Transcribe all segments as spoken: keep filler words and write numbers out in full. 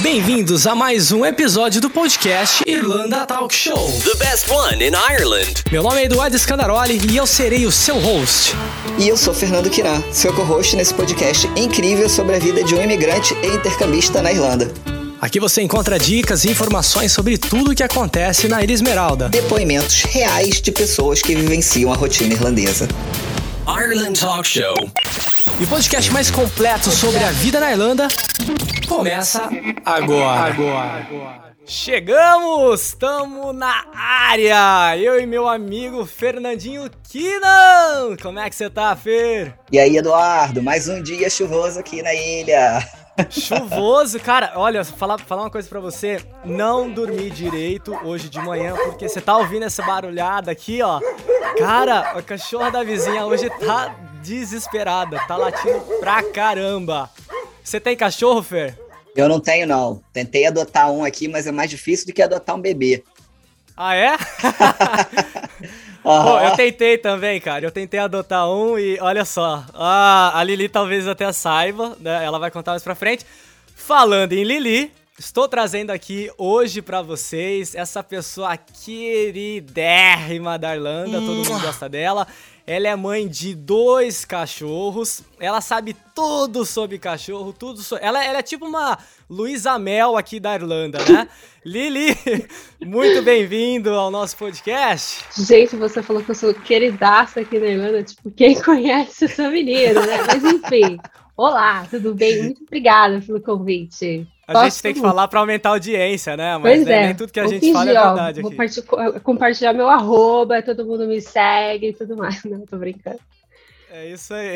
Bem-vindos a mais um episódio do podcast Irlanda Talk Show. The best one in Ireland. Meu nome é Eduardo Scandaroli e eu serei o seu host. E eu sou Fernando Quiran, seu co-host nesse podcast incrível sobre a vida de um imigrante e intercambista na Irlanda. Aqui você encontra dicas e informações sobre tudo o que acontece na Ilha Esmeralda. Depoimentos reais de pessoas que vivenciam a rotina irlandesa. Ireland Talk Show. E o podcast mais completo sobre a vida na Irlanda começa agora. agora. Chegamos! Estamos na área! Eu e meu amigo Fernandinho Quiran! Como é que você tá, Fer? E aí, Eduardo? Mais um dia chuvoso aqui na ilha. Chuvoso, cara, olha, falar, falar uma coisa pra você, não dormi direito hoje de manhã, porque você tá ouvindo essa barulhada aqui, ó, cara, a cachorra da vizinha hoje tá desesperada, tá latindo pra caramba. Você tem cachorro, Fer? Eu não tenho, não. Tentei adotar um aqui, mas é mais difícil do que adotar um bebê. Ah, é? Pô, eu tentei também, cara. Eu tentei adotar um e olha só. Ah, a Lili talvez até saiba, né? Ela vai contar mais pra frente. Falando em Lili, estou trazendo aqui hoje pra vocês essa pessoa queridérrima da Irlanda. Todo mundo gosta dela. Ela é mãe de dois cachorros. Ela sabe tudo sobre cachorro, tudo sobre... Ela, ela é tipo uma Luísa Mel aqui da Irlanda, né? Lili, muito bem-vindo ao nosso podcast. Gente, você falou que eu sou queridaça aqui na Irlanda. Tipo, quem conhece essa menina, né? Mas enfim, olá, tudo bem? Muito obrigada pelo convite. A Gosto gente tem que muito. falar para aumentar a audiência, né? Mas pois né, é. nem tudo que a Vou gente fingir, fala é ó, verdade vou aqui. parti- compartilhar meu arroba, todo mundo me segue e tudo mais. Não, tô brincando. É isso aí.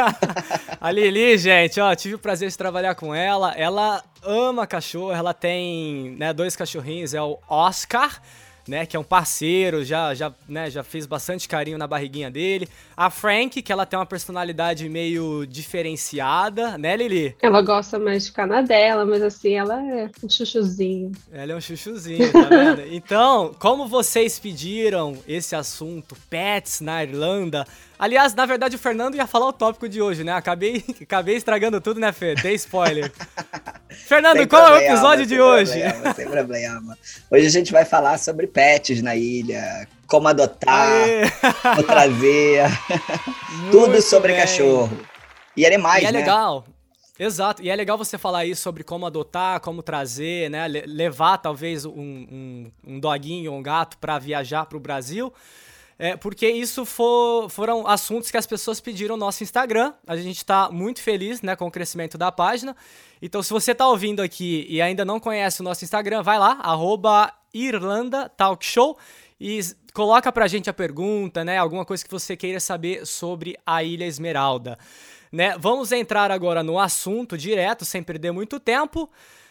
A Lili, gente, ó, tive o prazer de trabalhar com ela. Ela ama cachorro, ela tem, né, dois cachorrinhos, é o Oscar, né, que é um parceiro, já, já, né, já fez bastante carinho na barriguinha dele. A Frank, que ela tem uma personalidade meio diferenciada, né, Lili? Ela gosta mais de ficar na dela, mas assim, ela é um chuchuzinho. Ela é um chuchuzinho, tá vendo? Então, como vocês pediram esse assunto, pets na Irlanda... Aliás, na verdade, o Fernando ia falar o tópico de hoje, né? Acabei, acabei estragando tudo, né, Fê? Dei spoiler. Fernando, Sem qual problema, é o episódio de hoje? Problema, sem problema. Hoje a gente vai falar sobre pets na ilha, como adotar, Aê. como trazer, tudo Muito sobre bem. cachorro. E animais, E é né? legal. Exato, e é legal você falar isso sobre como adotar, como trazer, né? Le- levar talvez um, um, um doguinho, um gato para viajar para o Brasil. É, porque isso for, foram assuntos que as pessoas pediram no nosso Instagram. A gente está muito feliz, né, com o crescimento da página. Então, se você está ouvindo aqui e ainda não conhece o nosso Instagram, vai lá, arroba Irlanda Talk Show, e coloca pra gente a pergunta, né, alguma coisa que você queira saber sobre a Ilha Esmeralda. Né? Vamos entrar agora no assunto direto, sem perder muito tempo.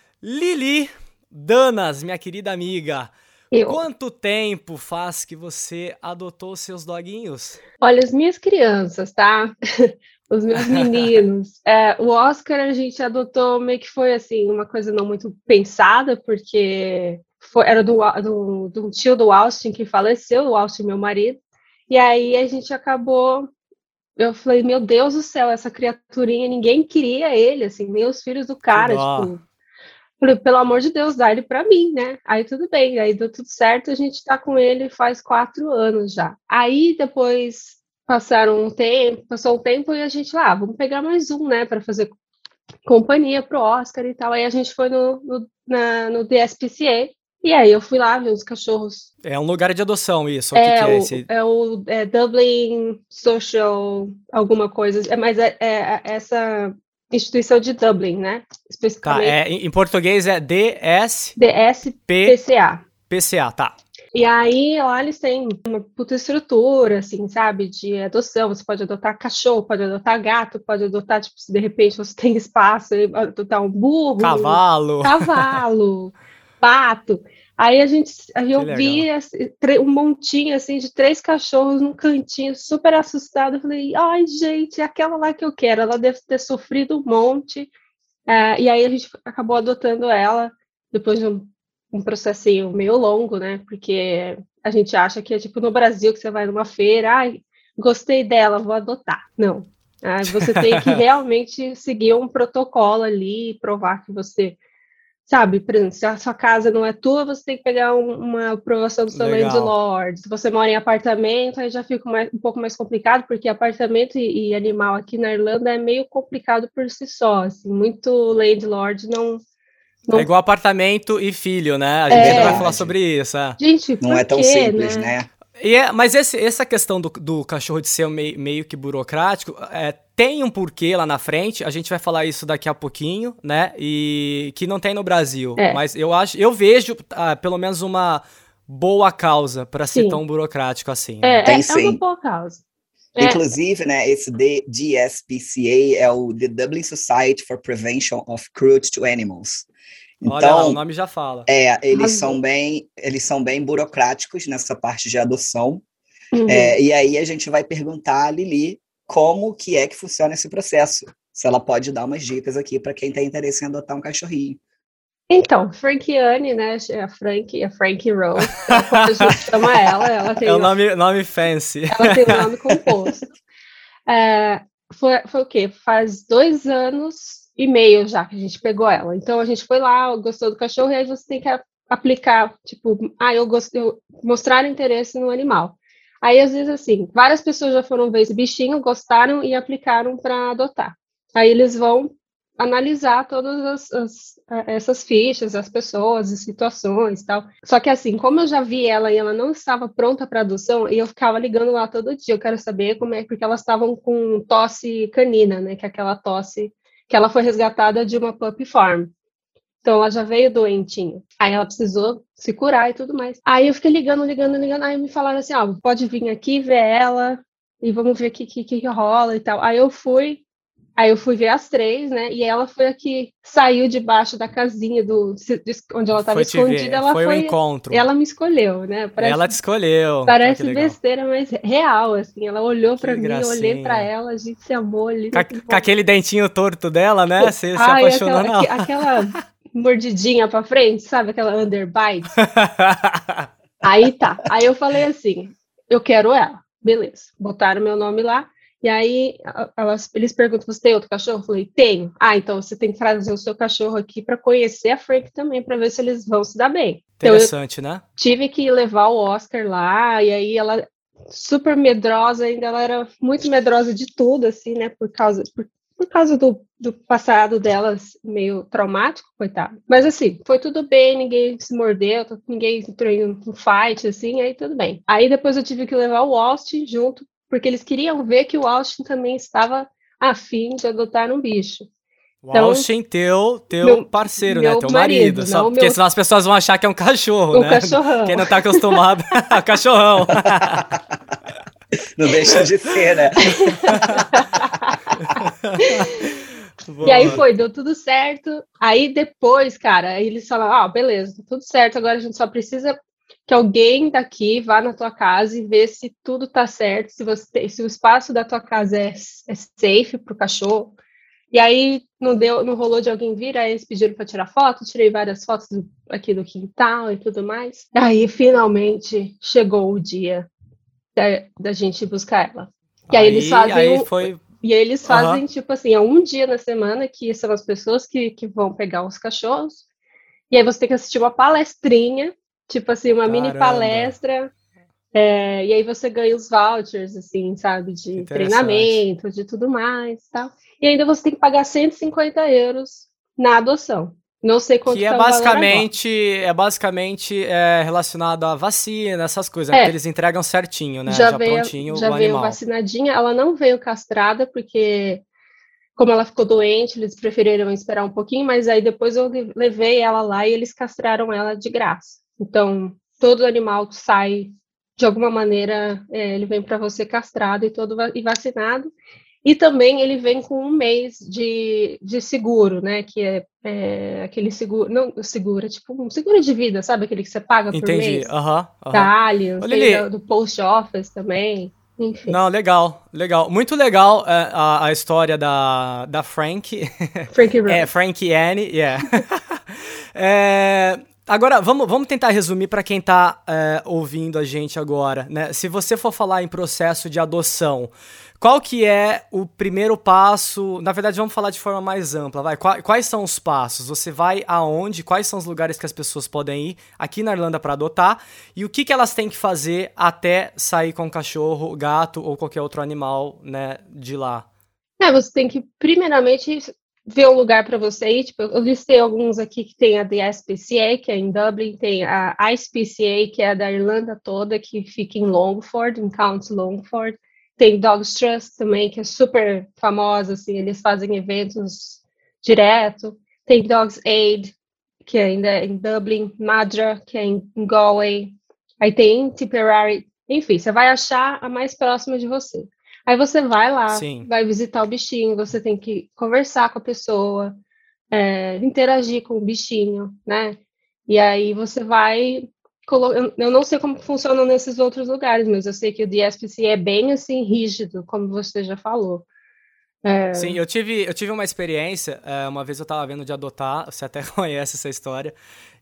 Lili Danas, minha querida amiga, Eu. quanto tempo faz que você adotou seus doguinhos? Olha, as minhas crianças, tá? Os meus meninos. É, o Oscar a gente adotou meio que foi assim, uma coisa não muito pensada, porque foi, era do, do, do tio do Austin que faleceu, o Austin, meu marido. E aí a gente acabou. Eu falei, meu Deus do céu, essa criaturinha, ninguém queria ele, assim, nem os filhos do cara, dó. tipo. Falei, pelo amor de Deus, dá ele pra mim, né? Aí tudo bem, aí deu tudo certo, a gente tá com ele faz quatro anos já. Aí depois passaram um tempo, passou um tempo e a gente, ah, vamos pegar mais um, né, pra fazer companhia pro Oscar e tal. Aí a gente foi no, no, na, no D S P C A, e aí eu fui lá ver os cachorros. É um lugar de adoção isso, o que, É, que é o, esse? é o é Dublin Social alguma coisa, é, mas é, é essa instituição de Dublin, né, Tá, especificamente. é, em em português é D S D S P C A. P C A, tá. E aí, lá eles têm uma puta estrutura, assim, sabe, de adoção. Você pode adotar cachorro, pode adotar gato, pode adotar, tipo, se de repente você tem espaço, aí adotar um burro, Cavalo. um cavalo, pato. Aí a gente, aí eu Que vi esse- tre- um montinho, assim, de três cachorros num cantinho, super assustada. Eu falei, ai, gente, é aquela lá que eu quero. Ela deve ter sofrido um monte. É, e aí a gente acabou adotando ela depois de um um processinho meio longo, né? Porque a gente acha que é tipo no Brasil, que você vai numa feira, ai, gostei dela, vou adotar. Não. Ah, você tem que realmente seguir um protocolo ali, provar que você sabe, por exemplo, se a sua casa não é tua, você tem que pegar um, uma aprovação do seu Legal. landlord. Se você mora em apartamento, aí já fica mais, um pouco mais complicado, porque apartamento e, e animal aqui na Irlanda é meio complicado por si só, assim, muito landlord não... não... É igual apartamento e filho, né? A gente É. ainda vai falar sobre isso, é. Gente, Não por é tão quê, simples, né? né? E é, mas esse, essa questão do, do cachorro de ser meio, meio que burocrático, é, tem um porquê lá na frente, a gente vai falar isso daqui a pouquinho, né, e que não tem no Brasil, É. mas eu acho, eu vejo ah, pelo menos uma boa causa para ser Sim. tão burocrático assim. É, Tem é, é sim. uma boa causa. É, Inclusive, né, esse D- D S P C A é o The Dublin Society for Prevention of Cruelty to Animals. Olha lá, o Então, nome já fala. é, eles Arrasou. são bem, eles são bem burocráticos nessa parte de adoção. uhum. É, e aí a gente vai perguntar a Lili como que é que funciona esse processo. Se ela pode dar umas dicas aqui para quem tem interesse em adotar um cachorrinho. Então, Frankiane, né, a Frank, a Frankie Rose, então, como a gente chama ela, ela tem É o um- nome, nome fancy. ela tem um nome composto. É, foi, foi o quê? Faz dois anos e meio já que a gente pegou ela. Então a gente foi lá, gostou do cachorro, e aí você tem que a- aplicar, tipo, ah, eu gostei, mostrar interesse no animal. Aí, às vezes, assim, várias pessoas já foram ver esse bichinho, gostaram e aplicaram para adotar. Aí eles vão analisar todas as, as- a- essas fichas, as pessoas, as situações e tal. Só que assim, como eu já vi ela e ela não estava pronta para adoção, e eu ficava ligando lá todo dia, eu quero saber como é, porque elas estavam com tosse canina, né, que é aquela tosse que ela foi resgatada de uma puppy farm. Então ela já veio doentinha. Aí ela precisou se curar e tudo mais. Aí eu fiquei ligando, ligando, ligando. Aí me falaram assim, ó, pode vir aqui ver ela e vamos ver o que, que, que rola e tal. Aí eu fui, aí eu fui ver as três, né? E ela foi a que saiu debaixo da casinha do de- onde ela estava Foi te ver, escondida. Ela foi foi, o encontro. ela me escolheu, né? Parece, Ela te escolheu. parece Ah, que legal. besteira, mas real, assim. Ela olhou Que pra mim, eu olhei pra gracinha. ela, a gente se amou ali. Com, a- naquele com aquele dentinho torto dela, né? Você se Ai, apaixonou, aquela, não? aque- aquela mordidinha pra frente, sabe? Aquela underbite. Aí tá. Aí eu falei assim: eu quero ela. Beleza. Botaram meu nome lá. E aí a- elas, eles perguntam: você tem outro cachorro? Eu falei: tenho. Ah, então você tem que trazer o seu cachorro aqui pra conhecer a Frank também, pra ver se eles vão se dar bem. Então eu Interessante, né? tive que levar o Oscar lá. E aí ela, super medrosa ainda, ela era muito medrosa de tudo, assim, né? Por causa. Por, por causa do, do passado delas meio traumático, coitado. Mas assim, foi tudo bem, ninguém se mordeu, ninguém entrou em um fight, assim, aí tudo bem. Aí depois eu tive que levar o Austin junto, porque eles queriam ver que o Austin também estava a fim de adotar um bicho. O Então, Austin, teu, teu meu- parceiro, meu né? Teu marido, marido. Só, não porque meu- senão as pessoas vão achar que é um cachorro, O né? cachorrão. Quem não tá acostumado. Cachorrão. Não deixa de ser, né? E aí Boa. foi, deu tudo certo. Aí depois, cara, aí eles falaram: ah, beleza, tá tudo certo, agora a gente só precisa que alguém daqui vá na tua casa e vê se tudo tá certo, se você tem- se o espaço da tua casa é, é safe pro cachorro. E aí não deu, não rolou de alguém vir, aí eles pediram para tirar foto, tirei várias fotos do- aqui do quintal e tudo mais. Aí finalmente chegou o dia da, da gente ir buscar ela. E aí, eles fazem aí um- foi... E aí eles fazem, Aham. tipo assim, é um dia na semana que são as pessoas que, que vão pegar os cachorros. E aí você tem que assistir uma palestrinha, tipo assim, uma mini Caramba. palestra. É, e aí você ganha os vouchers, assim, sabe, de Interessante. treinamento, de tudo mais e tal. E ainda você tem que pagar cento e cinquenta euros na adoção. Não sei quanto Que é tá o valor agora. basicamente, é basicamente é, relacionado à vacina, essas coisas, É. porque eles entregam certinho, né? Já Já, veio, prontinho já o veio animal. vacinadinha. Ela não veio castrada, porque como ela ficou doente, eles preferiram esperar um pouquinho, mas aí depois eu le- levei ela lá e eles castraram ela de graça. Então, todo animal que sai, de alguma maneira, é, ele vem para você castrado e todo va- e vacinado. E também ele vem com um mês de, de seguro, né? Que é, é aquele seguro, não seguro, é tipo um seguro de vida, sabe? Aquele que você paga por Entendi. mês. Aham. Da aham. Allianz, Ô, tem Lili, da- do Post Office também, enfim. não, legal, legal. Muito legal é, a, a história da, da Frank. Frankie Rose. É, Frankie Anne, yeah. É, Agora, vamos, vamos tentar resumir para quem está é, ouvindo a gente agora, né? Se você for falar em processo de adoção, qual que é o primeiro passo? Na verdade, vamos falar de forma mais ampla, vai. Quais, quais são os passos? Você vai aonde? Quais são os lugares que as pessoas podem ir aqui na Irlanda para adotar? E o que, que elas têm que fazer até sair com cachorro, gato ou qualquer outro animal, né, de lá? É, você tem que, primeiramente, ver um lugar para você ir. Tipo, eu listei alguns aqui que tem a D S P C A, que é em Dublin, tem a I C P C A, que é da Irlanda toda, que fica em Longford, em County Longford. Tem Dogs Trust também, que é super famosa, assim, eles fazem eventos direto. Tem Dogs Aid, que ainda é em Dublin, Madra, que é em Galway. Aí tem Tipperary, enfim, você vai achar a mais próxima de você. Aí você vai lá, Sim. vai visitar o bichinho, você tem que conversar com a pessoa, é, interagir com o bichinho, né? E aí você vai... Eu não sei como funcionam nesses outros lugares, mas eu sei que o D S P C é bem, assim, rígido, como você já falou. É... Sim, eu tive, eu tive uma experiência, uma vez eu estava vendo de adotar, você até conhece essa história,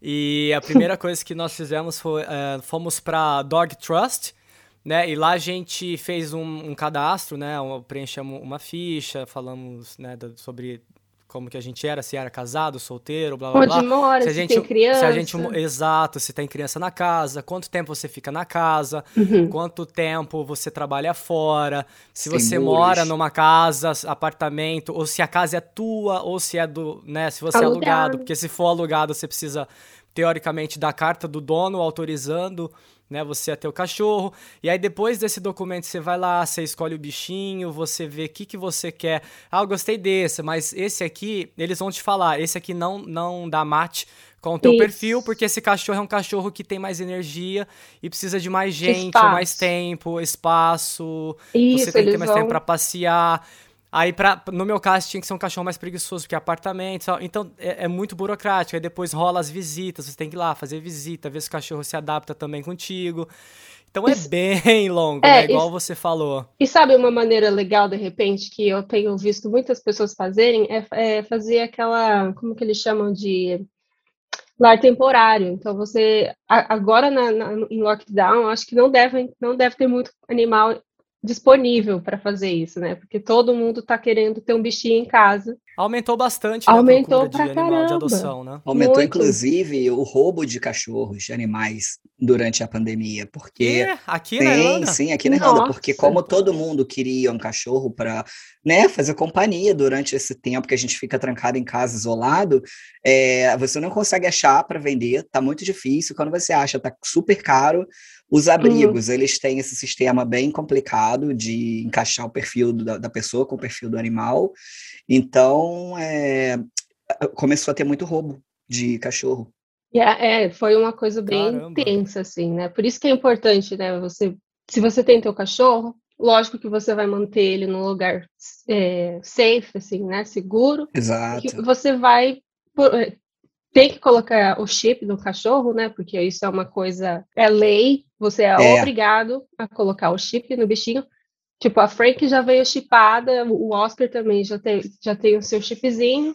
e a primeira coisa que nós fizemos foi, uh, fomos para Dog Trust, né, e lá a gente fez um, um cadastro, né, um, preenchemos uma ficha, falamos, né, sobre como que a gente era, se era casado, solteiro, blá, blá, blá. Onde mora, se, se a gente, tem criança. Se a gente, exato, se tem criança na casa, quanto tempo você fica na casa, uhum. quanto tempo você trabalha fora, se Sem você muros. mora numa casa, apartamento, ou se a casa é tua, ou se é do, né, se você Alugado. é alugado, porque se for alugado você precisa, teoricamente, da carta do dono autorizando, né, você a ter o cachorro, e aí depois desse documento você vai lá, você escolhe o bichinho, você vê o que, que você quer. Ah, eu gostei desse, mas esse aqui, eles vão te falar, esse aqui não, não dá match com o teu Isso. perfil, porque esse cachorro é um cachorro que tem mais energia e precisa de mais gente, Espaço. ou mais tempo, espaço, Isso, você tem que ter eles mais vão... tempo pra passear. Aí, pra, no meu caso, tinha que ser um cachorro mais preguiçoso, porque é apartamento, sabe? Então é, é muito burocrático. Aí depois rola as visitas, você tem que ir lá fazer visita, ver se o cachorro se adapta também contigo. Então é Isso- bem longo, É, né? Igual isso- você falou. E sabe uma maneira legal, de repente, que eu tenho visto muitas pessoas fazerem, é, é fazer aquela, como que eles chamam de lar temporário. Então você, a- agora na, na- em lockdown, acho que não deve, não deve ter muito animal disponível para fazer isso, né? Porque todo mundo está querendo ter um bichinho em casa. Aumentou bastante, né, a Aumentou procura de pra animal de caramba. adoção, né? Aumentou, Muito. inclusive, o roubo de cachorros, de animais, durante a pandemia, porque... E aqui na Sim, Irlanda? sim, aqui na Irlanda, porque Nossa. como todo mundo queria um cachorro para, né, fazer companhia durante esse tempo que a gente fica trancado em casa, isolado, é, você não consegue achar para vender, tá muito difícil. Quando você acha, tá super caro. Os abrigos, eles têm esse sistema bem complicado de encaixar o perfil da, da pessoa com o perfil do animal. Então, é, começou a ter muito roubo de cachorro. E É, é, foi uma coisa bem Caramba. tensa, assim, né? Por isso que é importante, né? Você, se você tem teu cachorro, lógico que você vai manter ele num lugar é, safe, assim, né? Seguro. Que Exato. você vai por- é, tem que colocar o chip no cachorro, né? Porque isso é uma coisa, é lei. Você é, É. obrigado a colocar o chip no bichinho. Tipo, a Frank já veio chipada, o Oscar também já tem, já tem o seu chipzinho.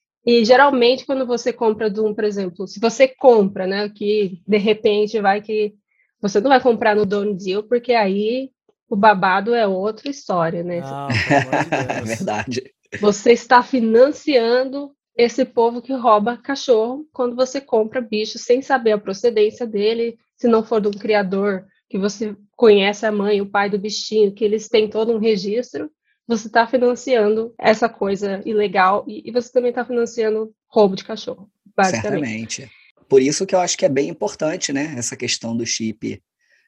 E geralmente, quando você compra de um, por exemplo, se você compra, né, que de repente vai que você não vai comprar no Done Deal, porque aí o babado é outra história, né? Não, pelo amor de É Deus. verdade. Você está financiando esse povo que rouba cachorro quando você compra bicho sem saber a procedência dele, se não for de um criador que você conhece a mãe, o pai do bichinho, que eles têm todo um registro. Você está financiando essa coisa ilegal e, e você também está financiando roubo de cachorro, basicamente. Certamente. Por isso que eu acho que é bem importante, né, essa questão do chip.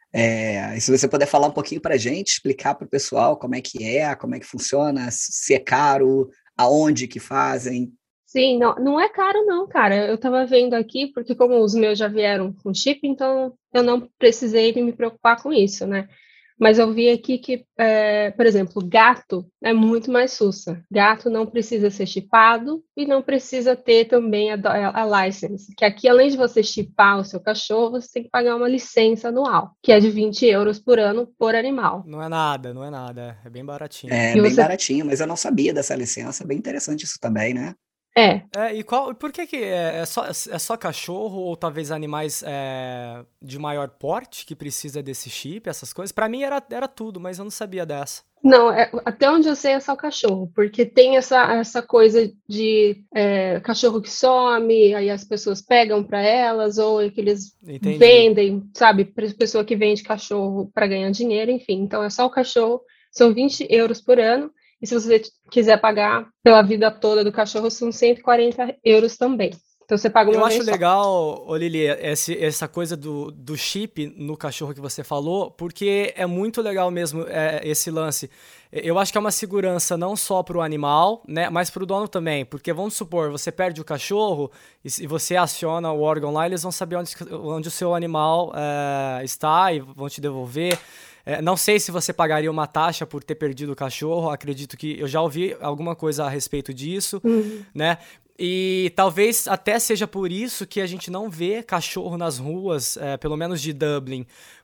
É, e se você puder falar um pouquinho para a gente, explicar para o pessoal como é que é, como é que funciona, se é caro, aonde que fazem. Sim, não, não é caro não, cara. Eu estava vendo aqui, porque como os meus já vieram com chip, então eu não precisei me preocupar com isso, né? Mas eu vi aqui que, é, por exemplo, gato é muito mais sussa. Gato não precisa ser chipado e não precisa ter também a, a license. Que aqui, além de você chipar o seu cachorro, você tem que pagar uma licença anual, que é de vinte euros por ano por animal. Não é nada, não é nada. É bem baratinho. É E bem você- baratinho, mas eu não sabia dessa licença. É bem interessante isso também, né? É. É, e qual, por que que é, é só, é só cachorro ou talvez animais é, de maior porte que precisa desse chip, essas coisas? Pra mim era, era tudo, mas eu não sabia dessa. Não, é- até onde eu sei é só cachorro, porque tem essa, essa coisa de é, cachorro que some, aí as pessoas pegam para elas, ou é que eles Entendi. vendem, sabe, para pessoa que vende cachorro para ganhar dinheiro, enfim. Então é só o cachorro, são vinte euros por ano, e se você quiser pagar pela vida toda do cachorro, são cento e quarenta euros também. Então você paga Eu uma acho vez só. legal, ô Lili, esse, essa coisa do, do chip no cachorro que você falou, porque é muito legal mesmo é, esse lance. Eu acho que é uma segurança não só para o animal, né, mas para o dono também. Porque vamos supor, você perde o cachorro e se você aciona o órgão lá, eles vão saber onde, onde o seu animal é, está e vão te devolver. É, não sei se você pagaria uma taxa por ter perdido o cachorro, acredito que eu já ouvi alguma coisa a respeito disso, Uhum. né? E talvez até seja por isso que a gente não vê cachorro nas ruas, é, pelo menos de Dublin,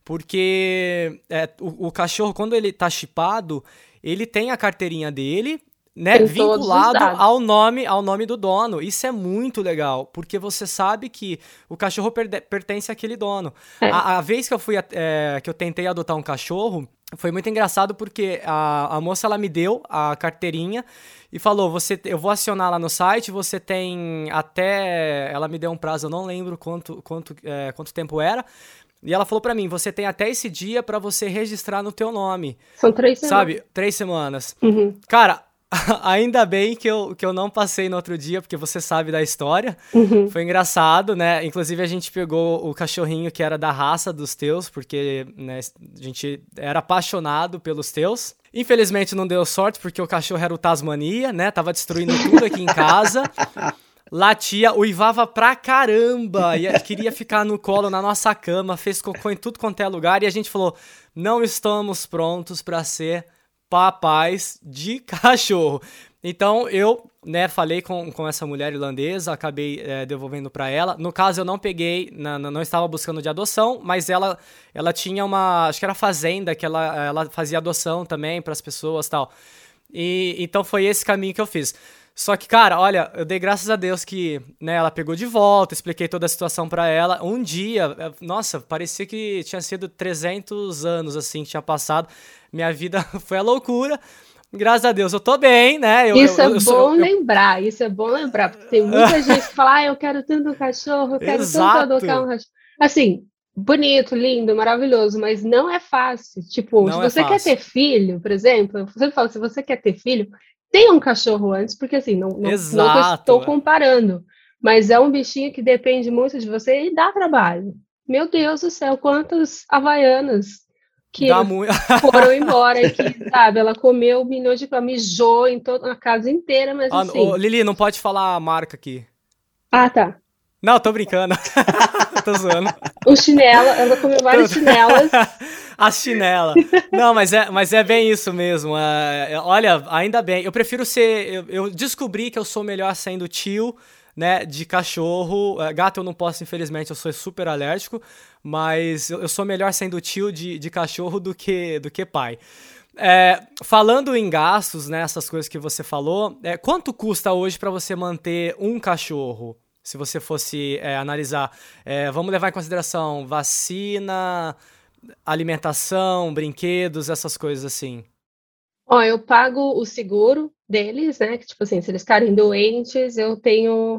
porque é, o, o cachorro, quando ele tá chipado, ele tem a carteirinha dele, né, Tem todos os vinculado dados. ao nome, ao nome do dono. Isso é muito legal, porque você sabe que o cachorro perde- pertence àquele dono. É. A, a vez que eu fui, é, que eu tentei adotar um cachorro, foi muito engraçado porque a, a moça ela me deu a carteirinha e falou, você, eu vou acionar lá no site, você tem até, ela me deu um prazo, eu não lembro quanto, quanto, é, quanto tempo era, e ela falou pra mim, você tem até esse dia pra você registrar no teu nome, São três semanas. sabe? Três semanas. Uhum. Cara, ainda bem que eu, que eu não passei no outro dia, porque você sabe da história. Uhum. Foi engraçado, né? Inclusive a gente pegou o cachorrinho que era da raça dos teus, porque né, a gente era apaixonado pelos teus. Infelizmente não deu sorte, porque o cachorro era o Tasmania, né? Tava destruindo tudo aqui em casa. Latia, uivava pra caramba, e queria ficar no colo na nossa cama, fez cocô em tudo quanto é lugar, e a gente falou, não estamos prontos pra ser papais de cachorro. Então eu, né, falei com, com essa mulher irlandesa, acabei é, devolvendo pra ela. No caso eu não peguei, na, na- não estava buscando de adoção, mas ela, ela tinha uma, acho que era fazenda, que ela, ela fazia adoção também pras pessoas e tal. E então foi esse caminho que eu fiz. Só que, cara, olha, eu dei graças a Deus que, né, ela pegou de volta, expliquei toda a situação pra ela. Um dia, eh, nossa, parecia que tinha sido trezentos anos, assim, que tinha passado. Minha vida foi a loucura. Graças a Deus, eu tô bem, né? Eu, eu, Isso é eu, eu sou- bom eu- lembrar, isso é bom lembrar, porque tem muita gente que fala, ah, eu quero tanto um cachorro, eu quero tanto adotar um Exato. cachorro. Assim, bonito, lindo, maravilhoso, mas não é fácil. Tipo, se Não é você quer ter fácil. filho, por exemplo, eu sempre falo, se você quer ter filho, tenha um cachorro antes, porque assim, não, não, não tô- estou Exato. comparando, mas é um bichinho que depende muito de você e dá trabalho. Meu Deus do céu, quantas havaianas Dá que muito. foram embora e que, sabe, ela comeu milhões de coisa, mijou em toda a casa inteira, mas Ah, ô, assim. Lili, não pode falar a marca aqui. Ah, tá. Não, tô brincando. Tô zoando. Um chinelo, ela comeu várias chinelas. A chinela. Não, mas é, mas é bem isso mesmo. É, é, olha, ainda bem. Eu prefiro ser. Eu, eu descobri que eu sou melhor sendo tio, né, de cachorro. É, gato eu não posso, infelizmente, eu sou super alérgico. Mas eu, eu sou melhor sendo tio de, de cachorro do que, do que pai. É, falando em gastos, né, essas coisas que você falou, é, quanto custa hoje para você manter um cachorro? Se você fosse é, analisar, é, vamos levar em consideração vacina, alimentação, brinquedos, essas coisas assim. Ó, eu pago o seguro deles, né? Que, tipo assim, se eles ficarem doentes, eu tenho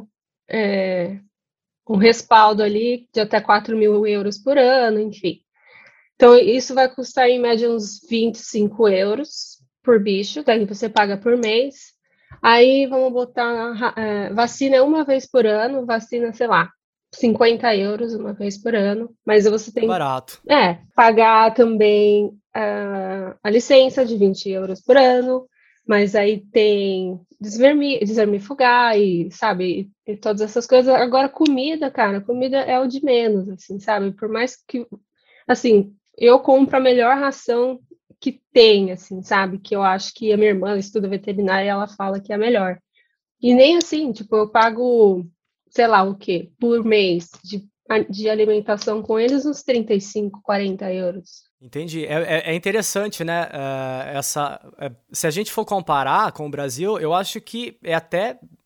é, um respaldo ali de até quatro mil euros por ano, enfim. Então, isso vai custar em média uns vinte e cinco euros por bicho, daí você paga por mês. Aí vamos botar é, vacina uma vez por ano, vacina, sei lá, cinquenta euros uma vez por ano, mas você É tem barato. é, pagar também ah, a licença de vinte euros por ano, mas aí tem desvermi, desvermifugar e, sabe, e, e todas essas coisas. Agora, comida, cara, comida é o de menos, assim, sabe? Por mais que, assim, eu compro a melhor ração que tem, assim, sabe? Que eu acho que a minha irmã ela estuda veterinária e ela fala que é a melhor. E nem assim, tipo, eu pago, sei lá o quê, por mês de, de alimentação com eles, uns trinta e cinco, quarenta euros. Entendi. É, é- é interessante, né? é, essa, é, se a gente for comparar com o Brasil, eu acho que é até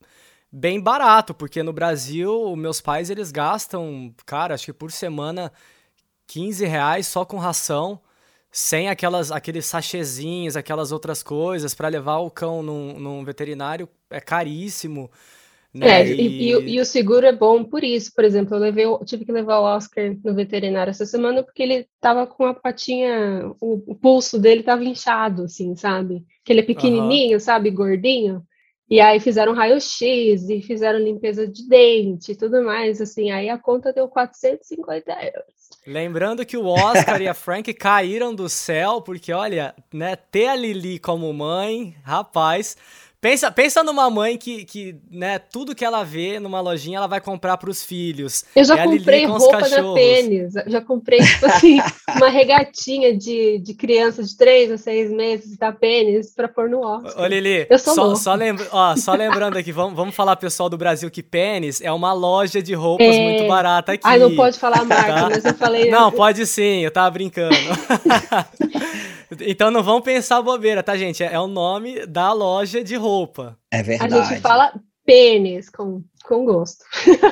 bem barato, porque no Brasil, meus pais, eles gastam, cara, acho que por semana, quinze reais só com ração, sem aquelas, aqueles sachêzinhos, aquelas outras coisas, para levar o cão num, num veterinário é caríssimo, né? É, e, e, e o seguro é bom por isso. Por exemplo, eu levei, eu tive que levar o Oscar no veterinário essa semana porque ele tava com a patinha, o, o pulso dele tava inchado, assim, sabe? Que ele é pequenininho, sabe, gordinho. E aí fizeram raio-x e fizeram limpeza de dente e tudo mais, assim. Aí a conta deu quatrocentos e cinquenta euros. Lembrando que o Oscar e a Frank caíram do céu, porque, olha, né, ter a Lili como mãe, rapaz... Pensa, pensa numa mãe que, que, né, tudo que ela vê numa lojinha, ela vai comprar pros filhos. Eu já é comprei roupa da Pennies, já comprei, tipo assim, uma regatinha de, de criança de três a seis meses da Pennies pra pôr no Oscar. Ô, Lili, eu sou só, só, lembra, ó, só lembrando aqui, vamos, vamos falar, pessoal do Brasil, que Pennies é uma loja de roupas é... muito barata aqui. Ah, não pode falar a marca, tá? mas eu falei... Não, pode sim, eu tava brincando. Então não vão pensar bobeira, tá, gente? É o nome da loja de roupa. É verdade. A gente fala pênis com, com gosto.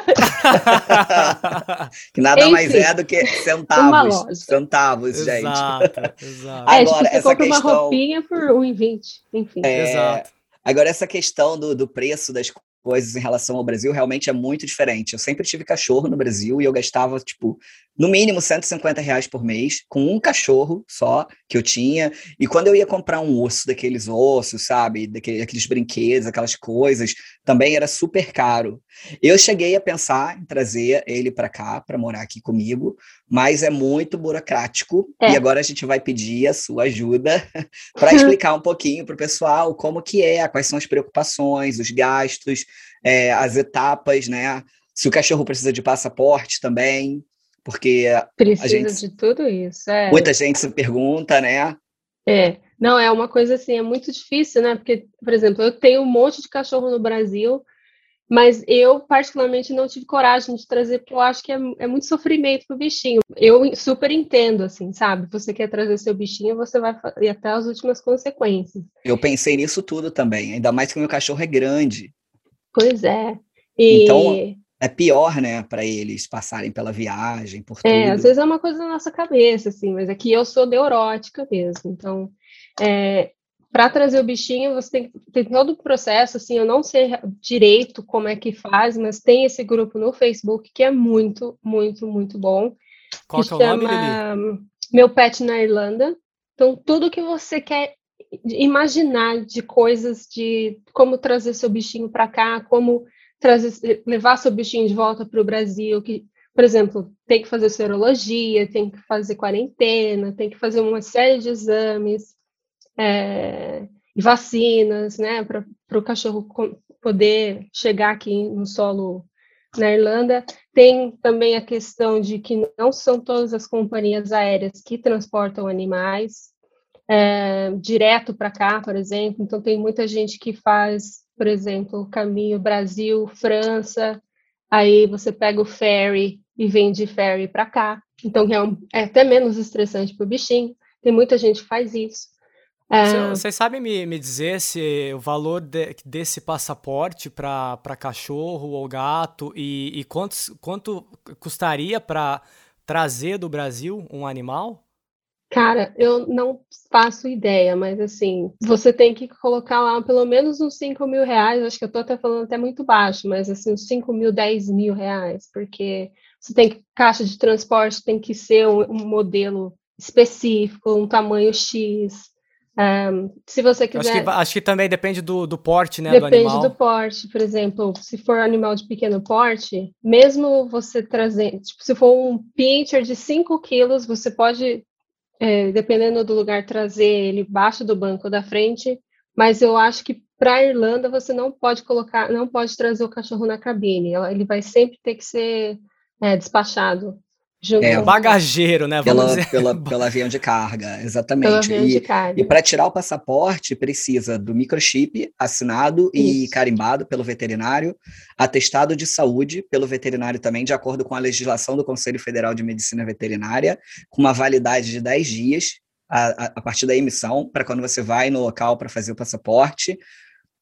Que nada Enfim, mais é do que centavos. Centavos, exato, gente. Exato. É, Agora, tipo, você essa compra questão... uma roupinha por um real e vinte. Enfim. É... Exato. Agora, essa questão do, do preço das coisas em relação ao Brasil realmente é muito diferente. Eu sempre tive cachorro no Brasil e eu gastava, tipo, no mínimo cento e cinquenta reais por mês com um cachorro só que eu tinha. E quando eu ia comprar um osso, daqueles ossos, sabe? Daquele, aqueles brinquedos, aquelas coisas, também era super caro. Eu cheguei a pensar em trazer ele para cá, para morar aqui comigo, mas é muito burocrático. É. E agora a gente vai pedir a sua ajuda para explicar um pouquinho para o pessoal como que é, quais são as preocupações, os gastos, é, as etapas, né? Se o cachorro precisa de passaporte também, porque precisa a gente, de tudo isso. É. Muita gente se pergunta, né? É, não, é uma coisa assim, é muito difícil, né? Porque, por exemplo, eu tenho um monte de cachorro no Brasil, mas eu, particularmente, não tive coragem de trazer, porque eu acho que é, é muito sofrimento pro bichinho. Eu super entendo, assim, sabe? Você quer trazer seu bichinho, você vai ir até as últimas consequências. Eu pensei nisso tudo também, ainda mais que o meu cachorro é grande. Pois é. E... Então, é pior, né, para eles passarem pela viagem, por tudo. É, às vezes é uma coisa na nossa cabeça, assim, mas é que eu sou neurótica mesmo. Então, é, para trazer o bichinho, você tem, tem todo o processo, assim, eu não sei direito como é que faz, mas tem esse grupo no Facebook que é muito, muito, muito bom. Qual que, que é o nome, Lili? Meu Pet na Irlanda. Então, tudo que você quer imaginar de coisas, de como trazer seu bichinho para cá, como trazer, levar seu bichinho de volta para o Brasil, que, por exemplo, tem que fazer serologia, tem que fazer quarentena, tem que fazer uma série de exames, é, vacinas, né, para o cachorro poder chegar aqui no solo na Irlanda. Tem também a questão de que não são todas as companhias aéreas que transportam animais é, direto para cá, por exemplo. Então, tem muita gente que faz, por exemplo, o caminho Brasil-França, aí você pega o ferry e vem de ferry para cá. Então, é, um, é até menos estressante para o bichinho. Tem muita gente que faz isso. Vocês sabem me, me dizer se o valor de, desse passaporte para cachorro ou gato e, e quantos, quanto custaria para trazer do Brasil um animal? Cara, eu não faço ideia, mas assim, você tem que colocar lá pelo menos uns cinco mil reais, acho que eu tô até falando até muito baixo, mas assim, uns cinco mil, dez mil reais, porque você tem que, caixa de transporte tem que ser um, um modelo específico, um tamanho X. Um, se você quiser... Acho que, acho que também depende do, do porte, né, depende do animal. Depende do porte, por exemplo, se for animal de pequeno porte, mesmo você trazer, tipo, se for um pincher de cinco quilos, você pode... É, dependendo do lugar, trazer ele embaixo do banco da frente, mas eu acho que para a Irlanda você não pode colocar, não pode trazer o cachorro na cabine, ele vai sempre ter que ser é, despachado. Junto é, com... bagageiro, né? Vamos pela, dizer. Pela, pela avião de carga, exatamente. Pelo avião e de carga. E para tirar o passaporte, precisa do microchip assinado Isso. e carimbado pelo veterinário, atestado de saúde pelo veterinário também, de acordo com a legislação do Conselho Federal de Medicina Veterinária, com uma validade de dez dias a, a, a partir da emissão, para quando você vai no local para fazer o passaporte.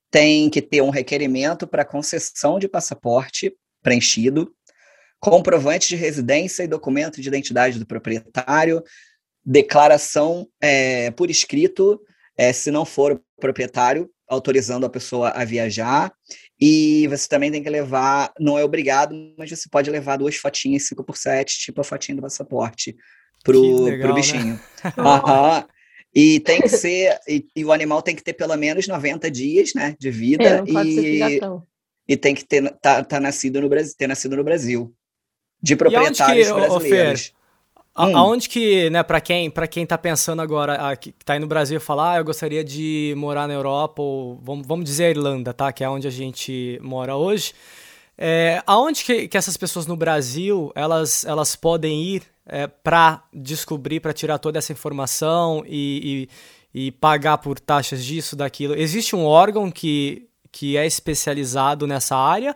tem que ter um requerimento para concessão de passaporte preenchido, comprovante de residência e documento de identidade do proprietário, declaração é, por escrito, é, se não for o proprietário, autorizando a pessoa a viajar, e você também tem que levar, não é obrigado, mas você pode levar duas fotinhas cinco por sete, tipo a fotinha do passaporte, pro, legal, pro bichinho. Né? Uhum. E tem que ser, e, e o animal tem que ter pelo menos noventa dias, né, de vida, É, não pode e, ser filhatão. e tem que ter, tá, tá nascido no Brasil, ter nascido no Brasil, de E aonde proprietários que, ô, Fer, brasileiros. a- Hum. aonde que, né, pra quem, pra quem tá pensando agora, ah, que tá aí no Brasil e fala, ah, eu gostaria de morar na Europa, ou vamos, vamos dizer a Irlanda, tá, que é onde a gente mora hoje, é, aonde que, que essas pessoas no Brasil, elas, elas podem ir é, para descobrir, para tirar toda essa informação e, e, e pagar por taxas disso, daquilo? Existe um órgão que, que é especializado nessa área?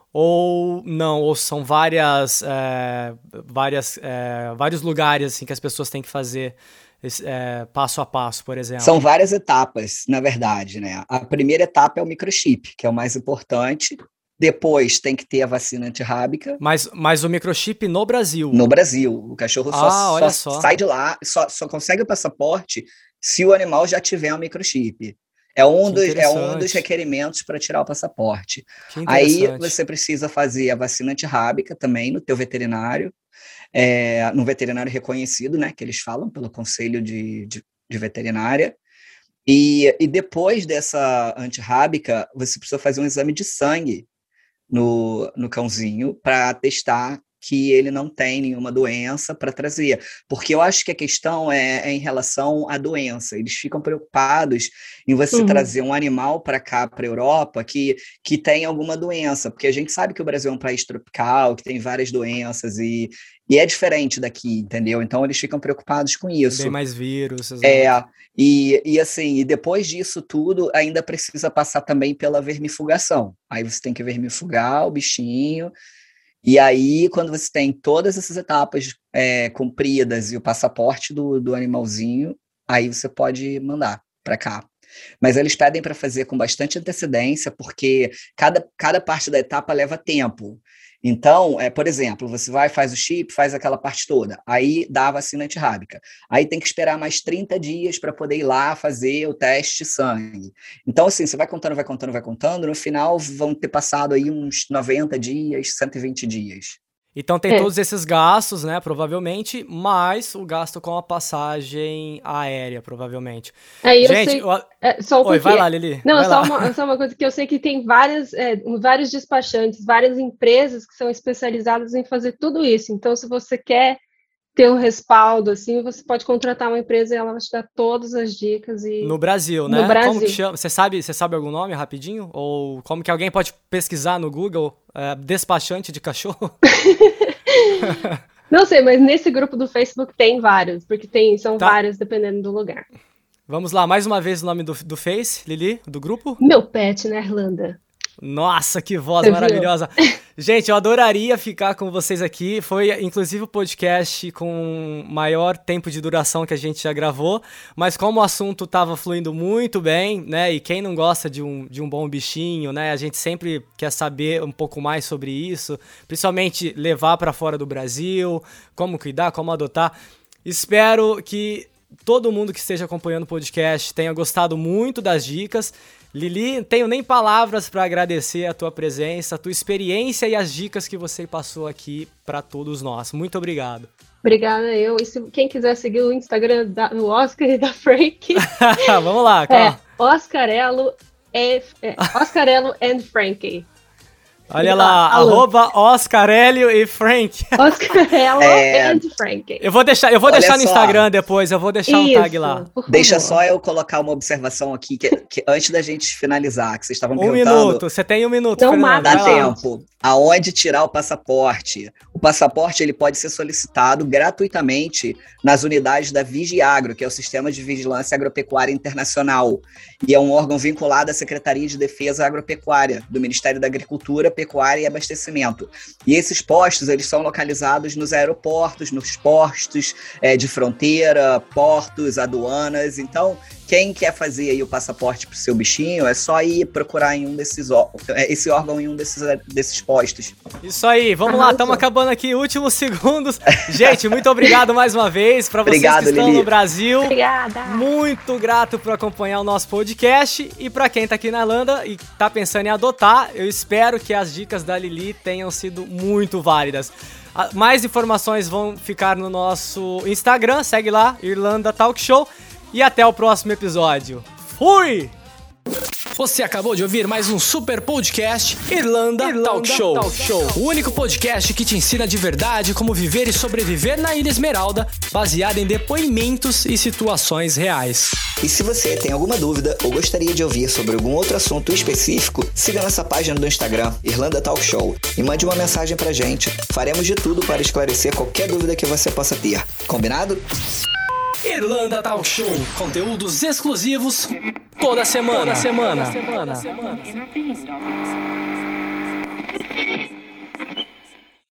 Ou não? Ou são várias, é, várias, é, vários lugares assim, que as pessoas têm que fazer esse, é, passo a passo, por exemplo? São várias etapas, na verdade, né? A primeira etapa é o microchip, que é o mais importante. Depois tem que ter a vacina antirrábica. Mas, mas o microchip no Brasil? No Brasil. O cachorro Ah, só, olha só só. sai de lá, só, só consegue o passaporte se o animal já tiver um microchip. É um, Que dos, é um dos interessante. requerimentos para tirar o passaporte. Que Aí interessante. você precisa fazer a vacina antirrábica também no teu veterinário, é, no veterinário reconhecido, né, que eles falam pelo Conselho de, de, de Veterinária. E, e depois dessa antirrábica, você precisa fazer um exame de sangue no, no cãozinho para testar que ele não tem nenhuma doença para trazer. Porque eu acho que a questão é, é em relação à doença. Eles ficam preocupados em você Uhum. trazer um animal para cá, para a Europa, que, que tem alguma doença. Porque a gente sabe que o Brasil é um país tropical, que tem várias doenças, e, e é diferente daqui, entendeu? Então eles ficam preocupados com isso. Bem mais vírus, exato. É, e, e assim, e depois disso tudo, ainda precisa passar também pela vermifugação. Aí você tem que vermifugar o bichinho, e aí, quando você tem todas essas etapas é, cumpridas e o passaporte do, do animalzinho, aí você pode mandar para cá. Mas eles pedem para fazer com bastante antecedência, porque cada, cada parte da etapa leva tempo. Então, é, por exemplo, você vai, faz o chip, faz aquela parte toda, aí dá a vacina antirrábica. Aí tem que esperar mais trinta dias para poder ir lá fazer o teste de sangue. Então, assim, você vai contando, vai contando, vai contando, no final vão ter passado aí uns noventa dias, cento e vinte dias. Então tem É. todos esses gastos, né, provavelmente, mais o gasto com a passagem aérea, provavelmente. Aí eu Gente, sei. eu- É, só um oi, vai pouquinho. lá, Lili. Não, vai é lá. só uma, só uma coisa que eu sei que tem várias, é, vários despachantes, várias empresas que são especializadas em fazer tudo isso. Então, se você quer ter um respaldo, assim, você pode contratar uma empresa e ela vai te dar todas as dicas. E... No Brasil, né? No Brasil. Como que chama? Você sabe, você sabe algum nome rapidinho? Ou como que alguém pode pesquisar no Google é, despachante de cachorro? Não sei, mas nesse grupo do Facebook tem vários, porque tem, são Tá. vários dependendo do lugar. Vamos lá, mais uma vez o nome do, do Face, Lili, do grupo? Meu pet na Irlanda. Nossa, que voz Você viu? maravilhosa. Gente, eu adoraria ficar com vocês aqui. Foi, inclusive, o podcast com maior tempo de duração que a gente já gravou. Mas como o assunto estava fluindo muito bem, né? E quem não gosta de um, de um bom bichinho, né? A gente sempre quer saber um pouco mais sobre isso. Principalmente levar para fora do Brasil, como cuidar, como adotar. Espero que todo mundo que esteja acompanhando o podcast tenha gostado muito das dicas. Lili, não tenho nem palavras para agradecer a tua presença, a tua experiência e as dicas que você passou aqui para todos nós. Muito obrigado. Obrigada, eu. E se quem quiser seguir o Instagram da- do Oscar e da Frank, Vamos lá, é calma. Oscarello, e, é, Oscarello and Frankie. Olha lá, Alô. arroba Oscarelli e Frank. Oscarello É. and Frankie. Eu vou deixar, eu vou Olha deixar no só. Instagram depois, eu vou deixar um tag Isso, lá. por Deixa favor. só eu colocar uma observação aqui, que, que antes da gente finalizar, que vocês estavam Um perguntando... minuto, você tem um minuto, Não Fernando. mata Dá vai lá. tempo. Aonde tirar o passaporte? O passaporte ele pode ser solicitado gratuitamente nas unidades da Vigiagro, que é o Sistema de Vigilância Agropecuária Internacional, e é um órgão vinculado à Secretaria de Defesa Agropecuária do Ministério da Agricultura, Pecuária e Abastecimento. E esses postos eles são localizados nos aeroportos, nos postos é, de fronteira, portos, aduanas. Então, quem quer fazer aí o passaporte pro seu bichinho, é só ir procurar em um desses esse órgão em um desses, desses postos. Isso aí, vamos lá, estamos acabando aqui, últimos segundos. Gente, muito obrigado mais uma vez para vocês Obrigado, que estão Lili. no Brasil. Obrigada. Muito grato por acompanhar o nosso podcast. E para quem tá aqui na Irlanda e tá pensando em adotar, eu espero que as dicas da Lili tenham sido muito válidas. Mais informações vão ficar no nosso Instagram, segue lá, Irlanda Talk Show. E até o próximo episódio. Fui! Você acabou de ouvir mais um super podcast Irlanda, Irlanda Talk, Show. Talk Show. O único podcast que te ensina de verdade como viver e sobreviver na Ilha Esmeralda, baseado em depoimentos e situações reais. E se você tem alguma dúvida ou gostaria de ouvir sobre algum outro assunto específico, siga nossa página do Instagram, Irlanda Talk Show, e mande uma mensagem pra gente. Faremos de tudo para esclarecer qualquer dúvida que você possa ter. Combinado? Irlanda Talk Show, conteúdos exclusivos toda semana. Toda semana. Toda semana. Toda semana.